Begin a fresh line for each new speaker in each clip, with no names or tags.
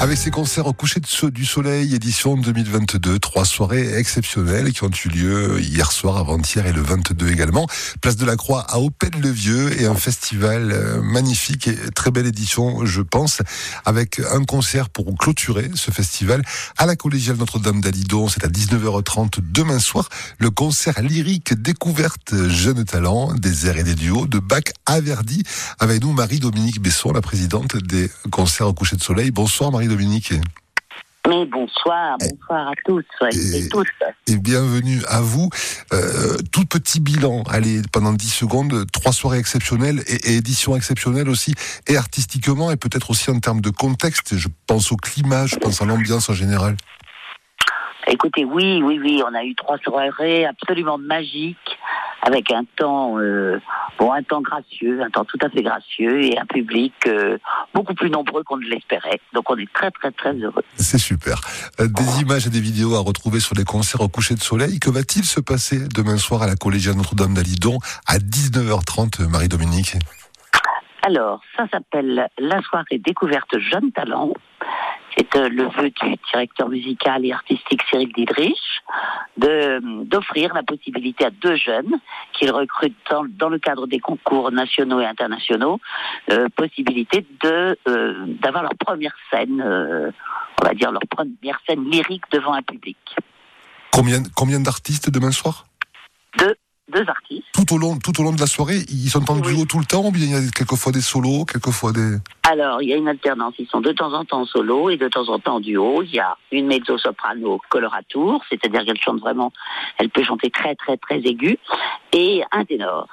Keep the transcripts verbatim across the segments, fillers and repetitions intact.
Avec ses concerts au coucher du soleil, édition deux mille vingt-deux, trois soirées exceptionnelles qui ont eu lieu hier soir, avant-hier et le vingt-deux également. Place de la Croix à Oppède-le-Vieux et un festival magnifique et très belle édition, je pense, avec un concert pour clôturer ce festival à la Collégiale Notre-Dame d'Alidon. C'est à dix-neuf heures trente demain soir. Le concert lyrique découverte jeunes talents, des airs et des duos de Bach à Verdi. Avec nous, Marie-Dominique Besson, la présidente des concerts au coucher de soleil. Bonsoir Marie-Dominique.
Oui, bonsoir, bonsoir à tous et, et toutes.
Et bienvenue à vous. Euh, tout petit bilan, allez, pendant dix secondes, trois soirées exceptionnelles et, et éditions exceptionnelles aussi, et artistiquement, et peut-être aussi en termes de contexte. Je pense au climat, je pense à l'ambiance en général.
Écoutez, oui, oui, oui, on a eu trois soirées absolument magiques, avec un temps, euh, bon, un temps gracieux, un temps tout à fait gracieux, et un public euh, beaucoup plus nombreux qu'on ne l'espérait. Donc on est très, très, très heureux.
C'est super. Euh, des images et des vidéos à retrouver sur les concerts au coucher de soleil. Que va-t-il se passer demain soir à la Collégiale Notre-Dame d'Alidon à dix-neuf heures trente, Marie-Dominique?
Alors, ça s'appelle la soirée découverte jeunes talents. C'est euh, le vœu du directeur musical et artistique Cyril Diedrich de, d'offrir la possibilité à deux jeunes qu'il recrute dans, dans le cadre des concours nationaux et internationaux, euh, possibilité de, euh, d'avoir leur première scène, euh, on va dire leur première scène lyrique devant un public.
Combien, combien d'artistes demain soir?
Deux. Deux artistes.
Tout au long, tout au long de la soirée, ils sont en duo oui. tout le temps, ou bien il y a quelquefois des solos, quelquefois des...
Alors, il y a une alternance. Ils sont de temps en temps en solo et de temps en temps en duo. Il y a une mezzo-soprano coloratour, c'est-à-dire qu'elle chante vraiment, elle peut chanter très très très aiguë, et un ténor.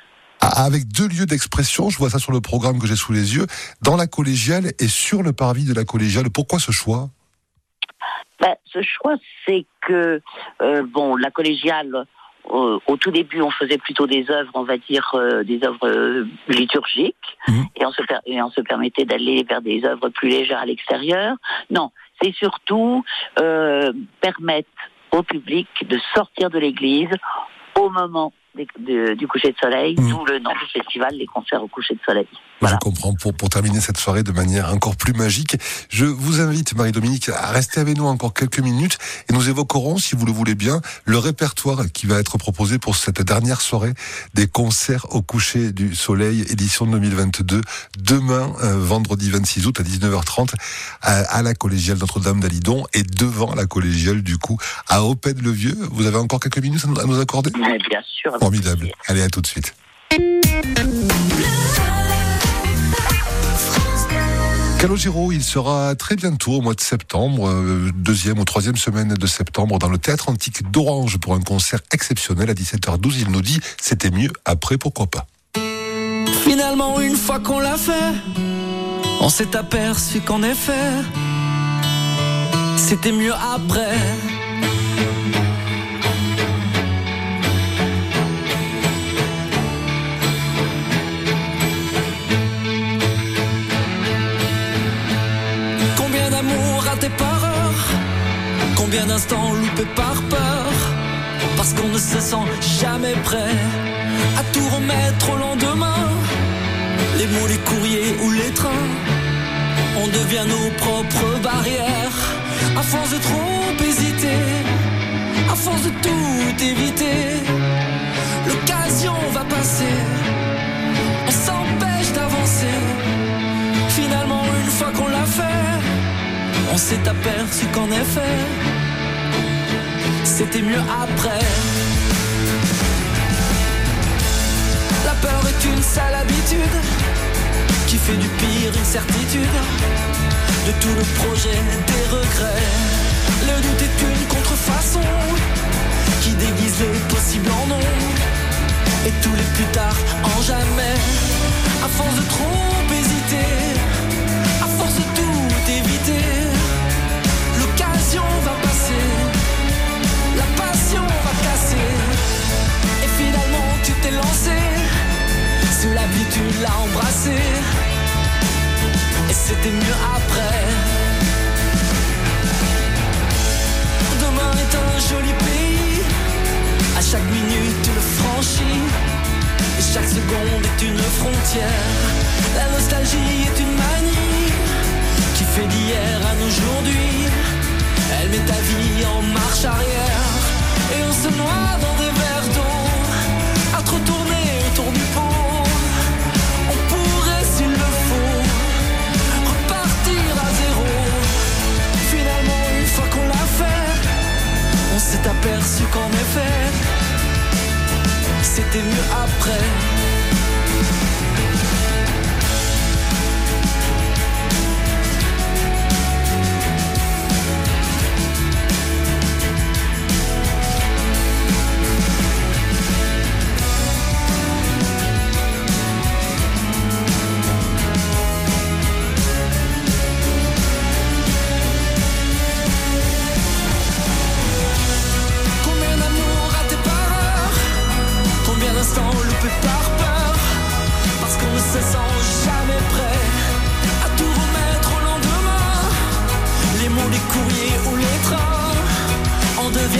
Avec deux lieux d'expression, je vois ça sur le programme que j'ai sous les yeux, dans la collégiale et sur le parvis de la collégiale. Pourquoi ce choix?
Ben, ce choix, c'est que, euh, bon, la collégiale... Au, au tout début, on faisait plutôt des œuvres, on va dire, euh, des œuvres euh, liturgiques, mmh. et, on se per- et on se permettait d'aller vers des œuvres plus légères à l'extérieur. Non, c'est surtout euh, permettre au public de sortir de l'église au moment de, de, du coucher de soleil, mmh. d'où le nom du festival, les concerts au coucher de soleil. Voilà.
Je comprends. Pour, pour terminer cette soirée de manière encore plus magique, je vous invite, Marie-Dominique, à rester avec nous encore quelques minutes et nous évoquerons, si vous le voulez bien, le répertoire qui va être proposé pour cette dernière soirée des concerts au coucher du soleil, édition deux mille vingt-deux, demain, euh, vendredi vingt-six août à dix-neuf heures trente, à, à la Collégiale Notre-Dame d'Alidon et devant la Collégiale, du coup, à Oppède-le-Vieux. Vous avez encore quelques minutes à nous accorder?
Oui, bien sûr.
Formidable. Allez, à tout de suite. Calogero, il sera très bientôt, au mois de septembre, euh, deuxième ou troisième semaine de septembre, dans le Théâtre Antique d'Orange pour un concert exceptionnel à dix-sept heures douze. Il nous dit, c'était mieux après, pourquoi pas.
Finalement, une fois qu'on l'a fait, on s'est aperçu qu'en effet, c'était mieux après. Par heure, combien d'instants loupés par peur, parce qu'on ne se sent jamais prêt à tout remettre au lendemain. Les mots, les courriers ou les trains, on devient nos propres barrières. À force de trop hésiter, à force de tout éviter, l'occasion va passer, on s'empêche d'avancer. Finalement, une fois qu'on l'a fait, on s'est aperçu qu'en effet, c'était mieux après. La peur est une sale habitude qui fait du pire une certitude. De tout le projet, des regrets. Le doute est une contrefaçon qui déguise le possible en non. Et tous les plus tard en jamais. À force de trop hésiter, à force de tout éviter, l'occasion va passer, la passion va casser. Et finalement tu t'es lancé, sous l'habitude l'a embrassé, et c'était mieux après. Demain est un joli pays, à chaque minute tu le franchis, et chaque seconde est une frontière. La nostalgie est une manie qui fait d'hier à nos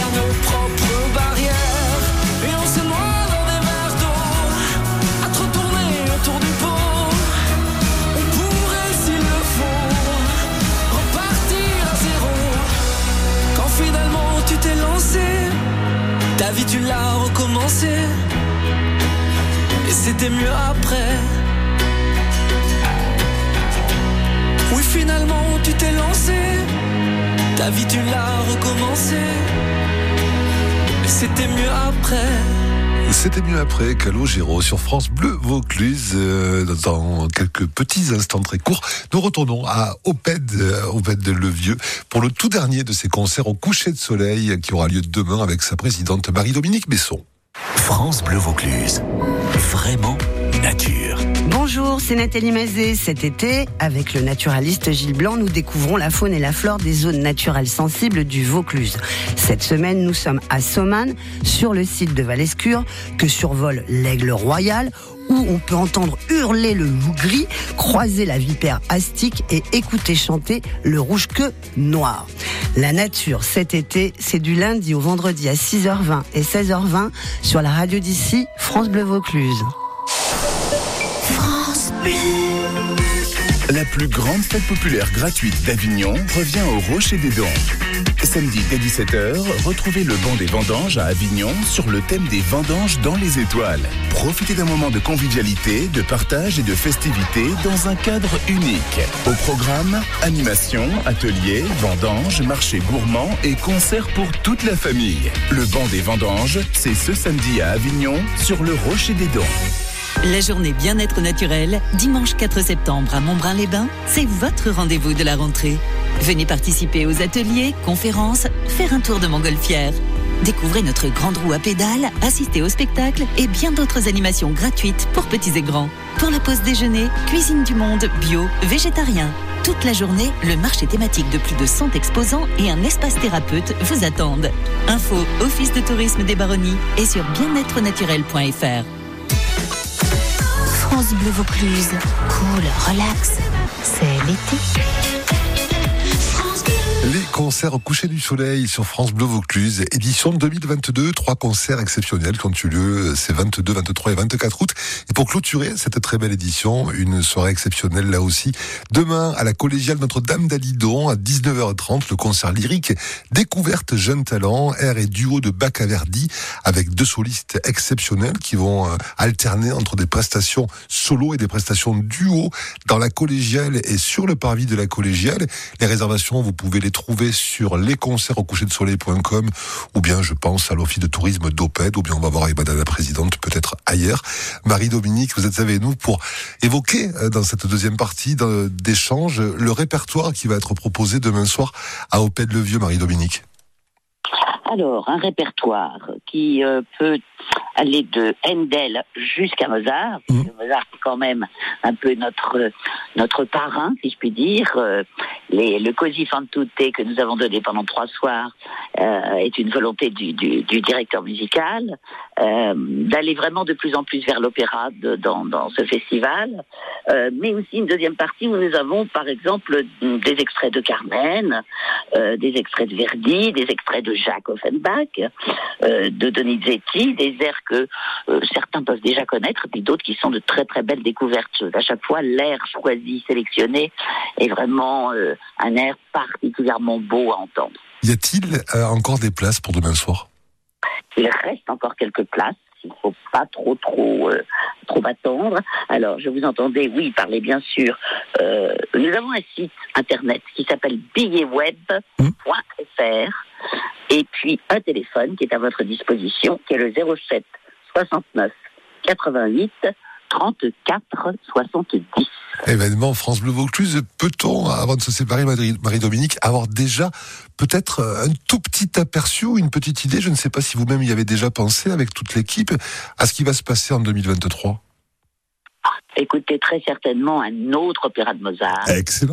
à nos propres barrières. Et on se noie dans des verres d'eau, à trop tourner autour du pot. On pourrait, s'il le faut, repartir à zéro. Quand finalement tu t'es lancé, ta vie tu l'as recommencé. Et c'était mieux après. Oui, finalement tu t'es lancé, ta vie tu l'as recommencé. Et c'était mieux après.
C'était mieux après, Calogero sur France Bleu Vaucluse. Euh, dans quelques petits instants très courts, nous retournons à Opède, euh, Opède de Levieux, pour le tout dernier de ses concerts au coucher de soleil qui aura lieu demain avec sa présidente Marie-Dominique Besson.
France Bleu Vaucluse, vraiment nature.
Bonjour, c'est Nathalie Mazet. Cet été, avec le naturaliste Gilles Blanc, nous découvrons la faune et la flore des zones naturelles sensibles du Vaucluse. Cette semaine, nous sommes à Somanes, sur le site de Valescure, que survole l'aigle royal, où on peut entendre hurler le loup gris, croiser la vipère astique et écouter chanter le rouge-queue noir. La nature, cet été, c'est du lundi au vendredi à six heures vingt et seize heures vingt sur la radio d'ici, France Bleu Vaucluse.
France Bleu. La plus grande fête populaire gratuite d'Avignon revient au Rocher des Dons. Samedi dès dix-sept heures, retrouvez le banc des vendanges à Avignon sur le thème des vendanges dans les étoiles. Profitez d'un moment de convivialité, de partage et de festivité dans un cadre unique. Au programme, animation, ateliers, vendanges, marchés gourmands et concerts pour toute la famille. Le banc des vendanges, c'est ce samedi à Avignon sur le Rocher des Dons.
La journée bien-être naturel, dimanche quatre septembre à Montbrun-les-Bains, c'est votre rendez-vous de la rentrée. Venez participer aux ateliers, conférences, faire un tour de montgolfière. Découvrez notre grande roue à pédales, assistez au spectacle et bien d'autres animations gratuites pour petits et grands. Pour la pause déjeuner, cuisine du monde, bio, végétarien. Toute la journée, le marché thématique de plus de cent exposants et un espace thérapeute vous attendent. Info Office de tourisme des Baronnies et sur bien-être naturel point f r.
France Bleu Vaucluse, cool, relax, c'est l'été.
Les concerts au coucher du soleil sur France Bleu Vaucluse, édition deux mille vingt-deux, trois concerts exceptionnels qui ont eu lieu ces vingt-deux, vingt-trois et vingt-quatre août. Et pour clôturer cette très belle édition, une soirée exceptionnelle là aussi. Demain, à la collégiale Notre-Dame d'Alidon, à dix-neuf heures trente, le concert lyrique Découverte Jeunes Talents, air et duo de Bacaverdi, avec deux solistes exceptionnels qui vont alterner entre des prestations solo et des prestations duo dans la collégiale et sur le parvis de la collégiale. Les réservations, vous pouvez les trouver sur lesconcerts au coucher de soleil point com ou bien je pense à l'office de tourisme d'Opède ou bien on va voir avec madame la présidente peut-être ailleurs. Marie-Dominique, vous êtes avec nous pour évoquer dans cette deuxième partie d'échange le répertoire qui va être proposé demain soir à Opède-le-Vieux. Marie-Dominique.
Alors, un répertoire qui euh, peut aller de Handel jusqu'à Mozart. Mmh. Mozart est quand même un peu notre notre parrain, si je puis dire. Euh, les, le Così fan tutte que nous avons donné pendant trois soirs euh, est une volonté du, du, du directeur musical euh, d'aller vraiment de plus en plus vers l'opéra de, dans, dans ce festival. Euh, mais aussi une deuxième partie où nous avons, par exemple, des extraits de Carmen, euh, des extraits de Verdi, des extraits de Jacques Offenbach, euh, de Donizetti, des airs que euh, certains peuvent déjà connaître, et puis d'autres qui sont de très très belles découvertes. À chaque fois, l'air choisi, sélectionné, est vraiment euh, un air particulièrement beau à entendre.
Y a-t-il euh, encore des places pour demain soir ?
Il reste encore quelques places. Il ne faut pas trop trop euh, trop attendre. Alors, je vous entendais, oui, parler bien sûr. Euh, nous avons un site internet qui s'appelle billetweb point f r et puis un téléphone qui est à votre disposition, qui est le zéro sept soixante-neuf quatre-vingt-huit trente-quatre soixante-dix.
Événement France Bleu Vaucluse. Peut-on, avant de se séparer, Marie-Dominique, avoir déjà peut-être un tout petit aperçu ou une petite idée, je ne sais pas si vous-même y avez déjà pensé avec toute l'équipe, à ce qui va se passer en deux mille vingt-trois?
Écoutez, très certainement un autre opéra de Mozart.
Excellent.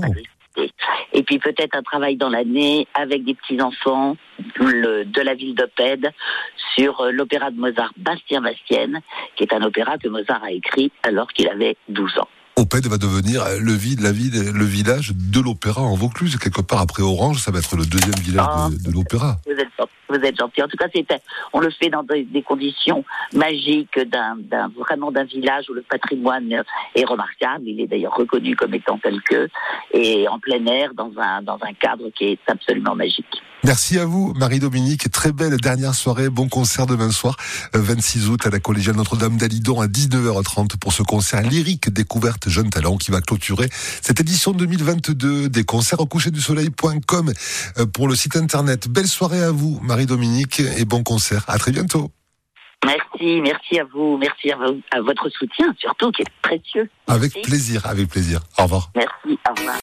Et puis peut-être un travail dans l'année avec des petits-enfants le, de la ville d'Opède sur l'opéra de Mozart Bastien-Bastienne, qui est un opéra que Mozart a écrit alors qu'il avait douze ans.
Opède va devenir le, vide, la ville, le village de l'opéra en Vaucluse, quelque part après Orange, ça va être le deuxième village oh, de, de l'opéra.
Vous êtes Vous êtes gentil. En tout cas, c'était, on le fait dans des, des conditions magiques, d'un, d'un, vraiment d'un village où le patrimoine est remarquable. Il est d'ailleurs reconnu comme étant tel que, et en plein air, dans un, dans un cadre qui est absolument magique.
Merci à vous, Marie-Dominique. Très belle dernière soirée. Bon concert demain soir, vingt-six août, à la collégiale Notre-Dame d'Alidon à dix-neuf heures trente pour ce concert lyrique découverte Jeunes Talents qui va clôturer cette édition deux mille vingt-deux des concerts au coucher du soleil point com pour le site internet. Belle soirée à vous, Marie-Dominique, et bon concert. À très bientôt.
Merci, merci à vous, merci à, vous, à votre soutien surtout qui est précieux.
Avec
merci.
plaisir, avec plaisir. Au revoir.
Merci, au revoir.